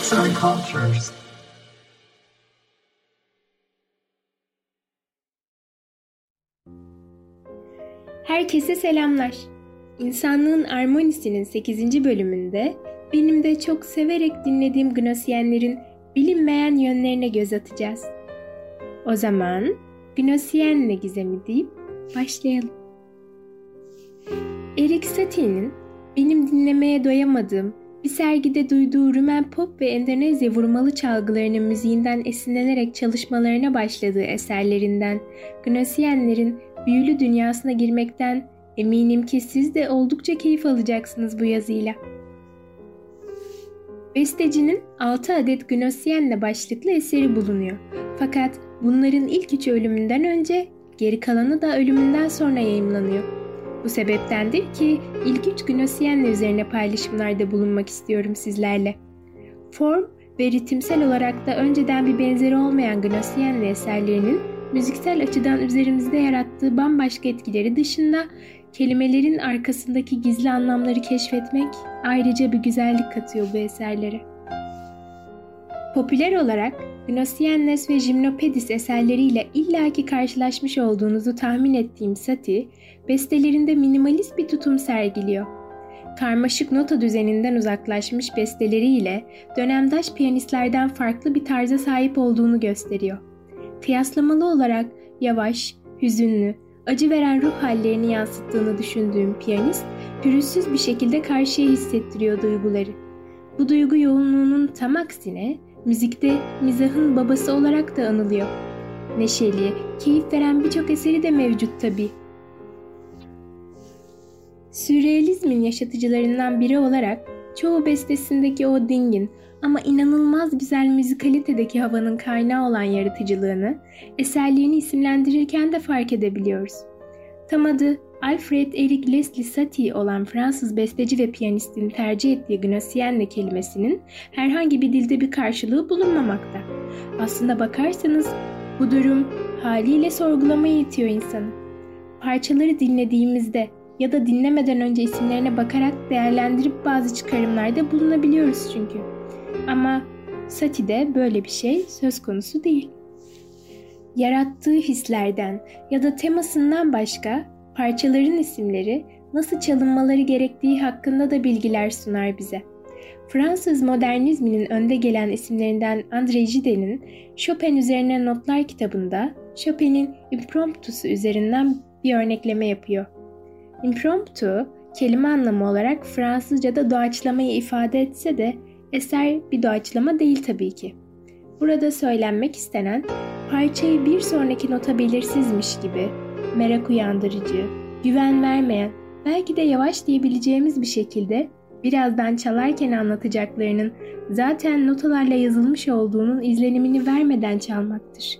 Arts and Cultures. Herkese selamlar. İnsanlığın Armonisi'nin 8. bölümünde benim de çok severek dinlediğim Gnosienlerin bilinmeyen yönlerine göz atacağız. O zaman Gnosienle gizemi deyip başlayalım. Erik Satie'nin benim dinlemeye doyamadığım bir sergide duyduğu Rumen pop ve Endonezya vurmalı çalgılarının müziğinden esinlenerek çalışmalarına başladığı eserlerinden Gnosienlerin büyülü dünyasına girmekten eminim ki siz de oldukça keyif alacaksınız bu yazıyla. Bestecinin 6 adet Gnosienle başlıklı eseri bulunuyor. Fakat bunların ilk 3'ü ölümünden önce, geri kalanı da ölümünden sonra yayımlanıyor. Bu sebeptendir ki ilk 3 Gnosienle üzerine paylaşımlarda bulunmak istiyorum sizlerle. Form ve ritimsel olarak da önceden bir benzeri olmayan Gnosienle eserlerinin müziksel açıdan üzerimizde yarattığı bambaşka etkileri dışında kelimelerin arkasındaki gizli anlamları keşfetmek ayrıca bir güzellik katıyor bu eserlere. Popüler olarak Gnosiennes ve Gymnopedis eserleriyle illaki karşılaşmış olduğunuzu tahmin ettiğim Satie, bestelerinde minimalist bir tutum sergiliyor. Karmaşık nota düzeninden uzaklaşmış besteleriyle dönemdaş piyanistlerden farklı bir tarza sahip olduğunu gösteriyor. Kıyaslamalı olarak yavaş, hüzünlü, acı veren ruh hallerini yansıttığını düşündüğüm piyanist, pürüzsüz bir şekilde karşıya hissettiriyor duyguları. Bu duygu yoğunluğunun tam aksine müzikte mizahın babası olarak da anılıyor. Neşeli, keyif veren birçok eseri de mevcut tabii. Sürrealizmin yaşatıcılarından biri olarak çoğu bestesindeki o dingin ama inanılmaz güzel müzikalitedeki havanın kaynağı olan yaratıcılığını eserlerini isimlendirirken de fark edebiliyoruz. Tam adı Alfred Eric Leslie Satie olan Fransız besteci ve piyanistin tercih ettiği Gnosienle kelimesinin herhangi bir dilde bir karşılığı bulunmamakta. Aslında bakarsanız bu durum haliyle sorgulamaya itiyor insanı. Parçaları dinlediğimizde ya da dinlemeden önce isimlerine bakarak değerlendirip bazı çıkarımlarda bulunabiliyoruz çünkü. Ama Satie'de böyle bir şey söz konusu değil. Yarattığı hislerden ya da temasından başka parçaların isimleri nasıl çalınmaları gerektiği hakkında da bilgiler sunar bize. Fransız modernizminin önde gelen isimlerinden André Gide'nin Chopin üzerine notlar kitabında Chopin'in impromptusu üzerinden bir örnekleme yapıyor. Impromptu, kelime anlamı olarak Fransızca'da doğaçlamayı ifade etse de eser bir doğaçlama değil tabii ki. Burada söylenmek istenen, parçayı bir sonraki nota belirsizmiş gibi, merak uyandırıcı, güven vermeyen, belki de yavaş diyebileceğimiz bir şekilde birazdan çalarken anlatacaklarının zaten notalarla yazılmış olduğunun izlenimini vermeden çalmaktır.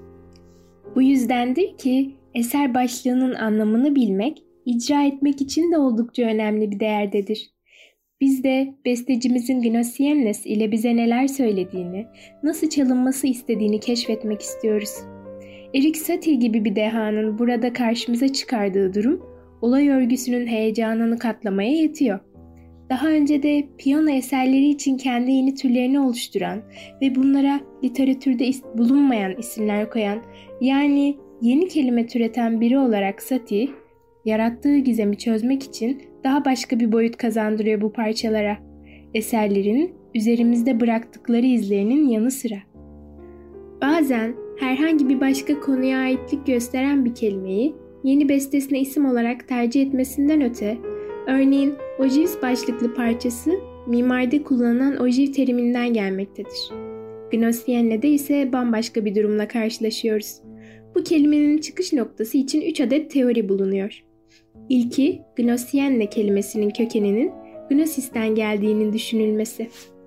Bu yüzdendir ki eser başlığının anlamını bilmek, icra etmek için de oldukça önemli bir değerdedir. Biz de bestecimizin Gnosiennes ile bize neler söylediğini, nasıl çalınması istediğini keşfetmek istiyoruz. Erik Satie gibi bir dehanın burada karşımıza çıkardığı durum, olay örgüsünün heyecanını katlamaya yetiyor. Daha önce de piyano eserleri için kendi yeni türlerini oluşturan ve bunlara literatürde bulunmayan isimler koyan, yani yeni kelime türeten biri olarak Satie, yarattığı gizemi çözmek için daha başka bir boyut kazandırıyor bu parçalara. Eserlerin üzerimizde bıraktıkları izlerinin yanı sıra. Bazen herhangi bir başka konuya aitlik gösteren bir kelimeyi yeni bestesine isim olarak tercih etmesinden öte, örneğin ogives başlıklı parçası mimaride kullanılan ogive teriminden gelmektedir. Gnosienle'de ise bambaşka bir durumla karşılaşıyoruz. Bu kelimenin çıkış noktası için 3 adet teori bulunuyor. İlki, Gnosienle kelimesinin kökeninin Gnosis'ten geldiğinin düşünülmesi.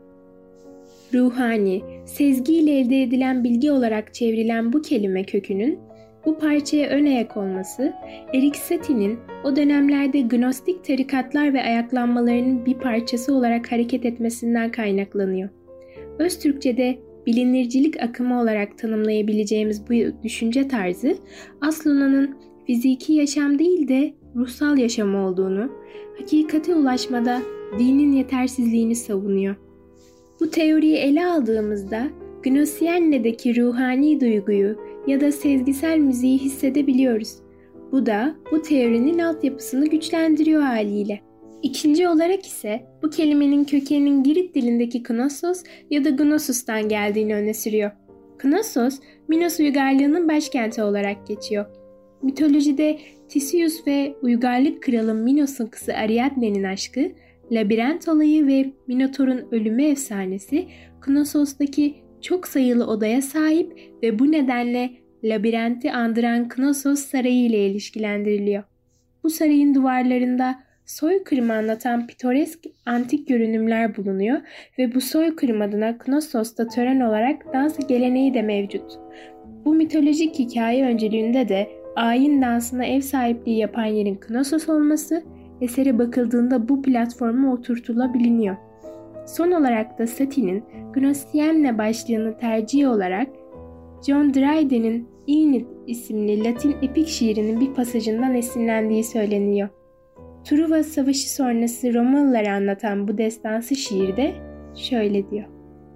Ruhani, sezgiyle elde edilen bilgi olarak çevrilen bu kelime kökünün bu parçaya ön ayak olması, Erik Satie'nin o dönemlerde Gnostik tarikatlar ve ayaklanmalarının bir parçası olarak hareket etmesinden kaynaklanıyor. Öztürkçe'de bilinircilik akımı olarak tanımlayabileceğimiz bu düşünce tarzı, aslının fiziki yaşam değil de ruhsal yaşam olduğunu, hakikate ulaşmada dinin yetersizliğini savunuyor. Bu teoriyi ele aldığımızda Gnossienne'deki ruhani duyguyu ya da sezgisel müziği hissedebiliyoruz. Bu da bu teorinin altyapısını güçlendiriyor haliyle. İkinci olarak ise bu kelimenin kökeninin Girit dilindeki Knossos ya da Gnosus'tan geldiğini öne sürüyor. Knossos, Minos uygarlığının başkenti olarak geçiyor. Mitolojide Theseus ve uygarlık kralı Minos'un kızı Ariadne'nin aşkı, labirent olayı ve Minotor'un ölümü efsanesi Knossos'taki çok sayılı odaya sahip ve bu nedenle labirenti andıran Knossos Sarayı ile ilişkilendiriliyor. Bu sarayın duvarlarında soykırımı anlatan pitoresk antik görünümler bulunuyor ve bu soykırım adına Knossos'ta tören olarak dans geleneği de mevcut. Bu mitolojik hikaye öncülüğünde de ayin dansına ev sahipliği yapan yerin Knossos olması, esere bakıldığında bu platforma oturtulabiliyor. Son olarak da Satie'nin Gnossienne başlığını tercih olarak John Dryden'in Enid isimli Latin epik şiirinin bir pasajından esinlendiği söyleniyor. Truva Savaşı sonrası Romalıları anlatan bu destansı şiirde şöyle diyor.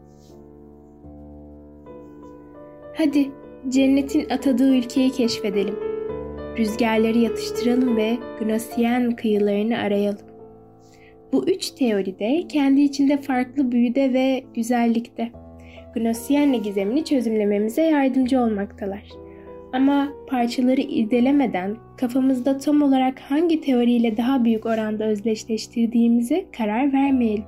Hadi cennetin atadığı ülkeyi keşfedelim. Rüzgarları yatıştıralım ve Gnossienne kıyılarını arayalım. Bu üç teori de kendi içinde farklı büyüde ve güzellikte. Gnossienne gizemini çözümlememize yardımcı olmaktalar. Ama parçaları irdelemeden kafamızda tam olarak hangi teoriyle daha büyük oranda özdeşleştirdiğimize karar vermeyelim.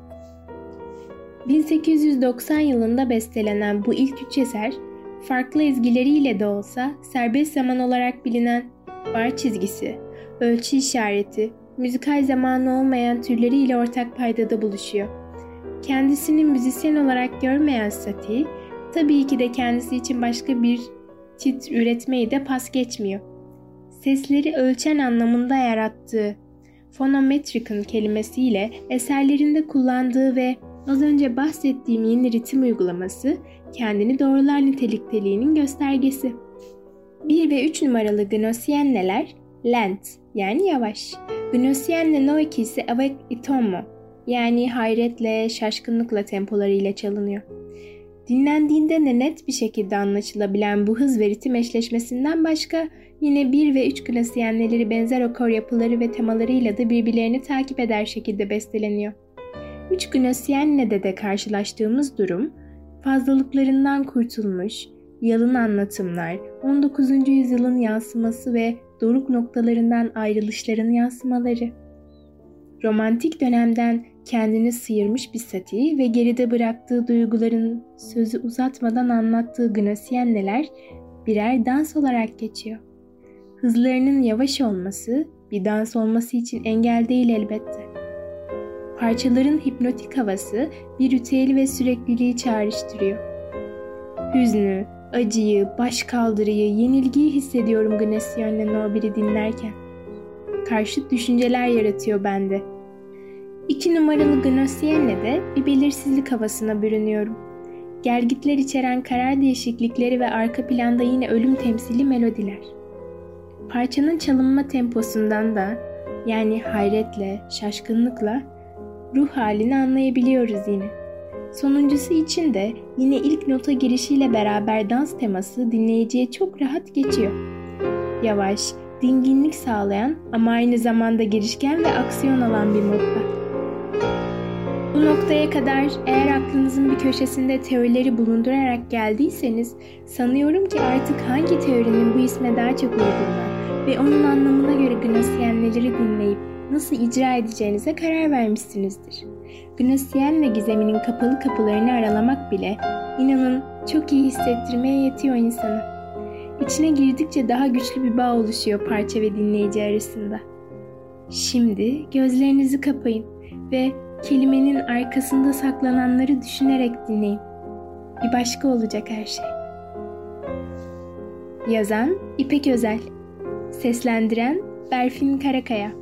1890 yılında bestelenen bu ilk üç eser, farklı ezgileriyle de olsa serbest zaman olarak bilinen bar çizgisi, ölçü işareti, müzikal zamanı olmayan türleriyle ortak paydada buluşuyor. Kendisini müzisyen olarak görmeyen Satie, tabii ki de kendisi için başka bir titr üretmeyi de pas geçmiyor. Sesleri ölçen anlamında yarattığı phonometricon kelimesiyle eserlerinde kullandığı ve az önce bahsettiğim yeni ritim uygulaması kendini doğrular nitelikteliğinin göstergesi. 1 ve 3 numaralı Gnossienne'ler lent yani yavaş. Gnossienne no 2 ise avec itomo yani hayretle, şaşkınlıkla tempolarıyla çalınıyor. Dinlendiğinde de net bir şekilde anlaşılabilen bu hız ve ritim eşleşmesinden başka yine 1 ve 3 Gnossienne'leri benzer akor yapıları ve temalarıyla da birbirlerini takip eder şekilde besteleniyor. 3 Gnossienne'de de karşılaştığımız durum fazlalıklarından kurtulmuş, yalın anlatımlar, 19. yüzyılın yansıması ve doruk noktalarından ayrılışların yansımaları. Romantik dönemden kendini sıyırmış bir Satie ve geride bıraktığı duyguların sözü uzatmadan anlattığı Gnossienne'ler birer dans olarak geçiyor. Hızlarının yavaş olması bir dans olması için engel değil elbette. Parçaların hipnotik havası bir ritüeli ve sürekliliği çağrıştırıyor. Hüznü, acıyı, başkaldırıyı, yenilgiyi hissediyorum Gnossienne No 1'i dinlerken. Karşıt düşünceler yaratıyor bende. 2 numaralı Gnossienne'de bir belirsizlik havasına bürünüyorum. Gelgitler içeren karar değişiklikleri ve arka planda yine ölüm temsili melodiler. Parçanın çalınma temposundan da yani hayretle, şaşkınlıkla ruh halini anlayabiliyoruz yine. Sonuncusu için de yine ilk nota girişiyle beraber dans teması dinleyiciye çok rahat geçiyor. Yavaş, dinginlik sağlayan ama aynı zamanda girişken ve aksiyon alan bir modda. Bu noktaya kadar eğer aklınızın bir köşesinde teorileri bulundurarak geldiyseniz sanıyorum ki artık hangi teorinin bu isme daha çok uyduğuna ve onun anlamına göre Gnossienne'leri dinleyip nasıl icra edeceğinize karar vermişsinizdir. Gnossienne gizeminin kapalı kapılarını aralamak bile inanın çok iyi hissettirmeye yetiyor insanı. İçine girdikçe daha güçlü bir bağ oluşuyor parça ve dinleyici arasında. Şimdi gözlerinizi kapayın ve kelimenin arkasında saklananları düşünerek dinleyin. Bir başka olacak her şey. Yazan İpek Özel, seslendiren Berfin Karakaya.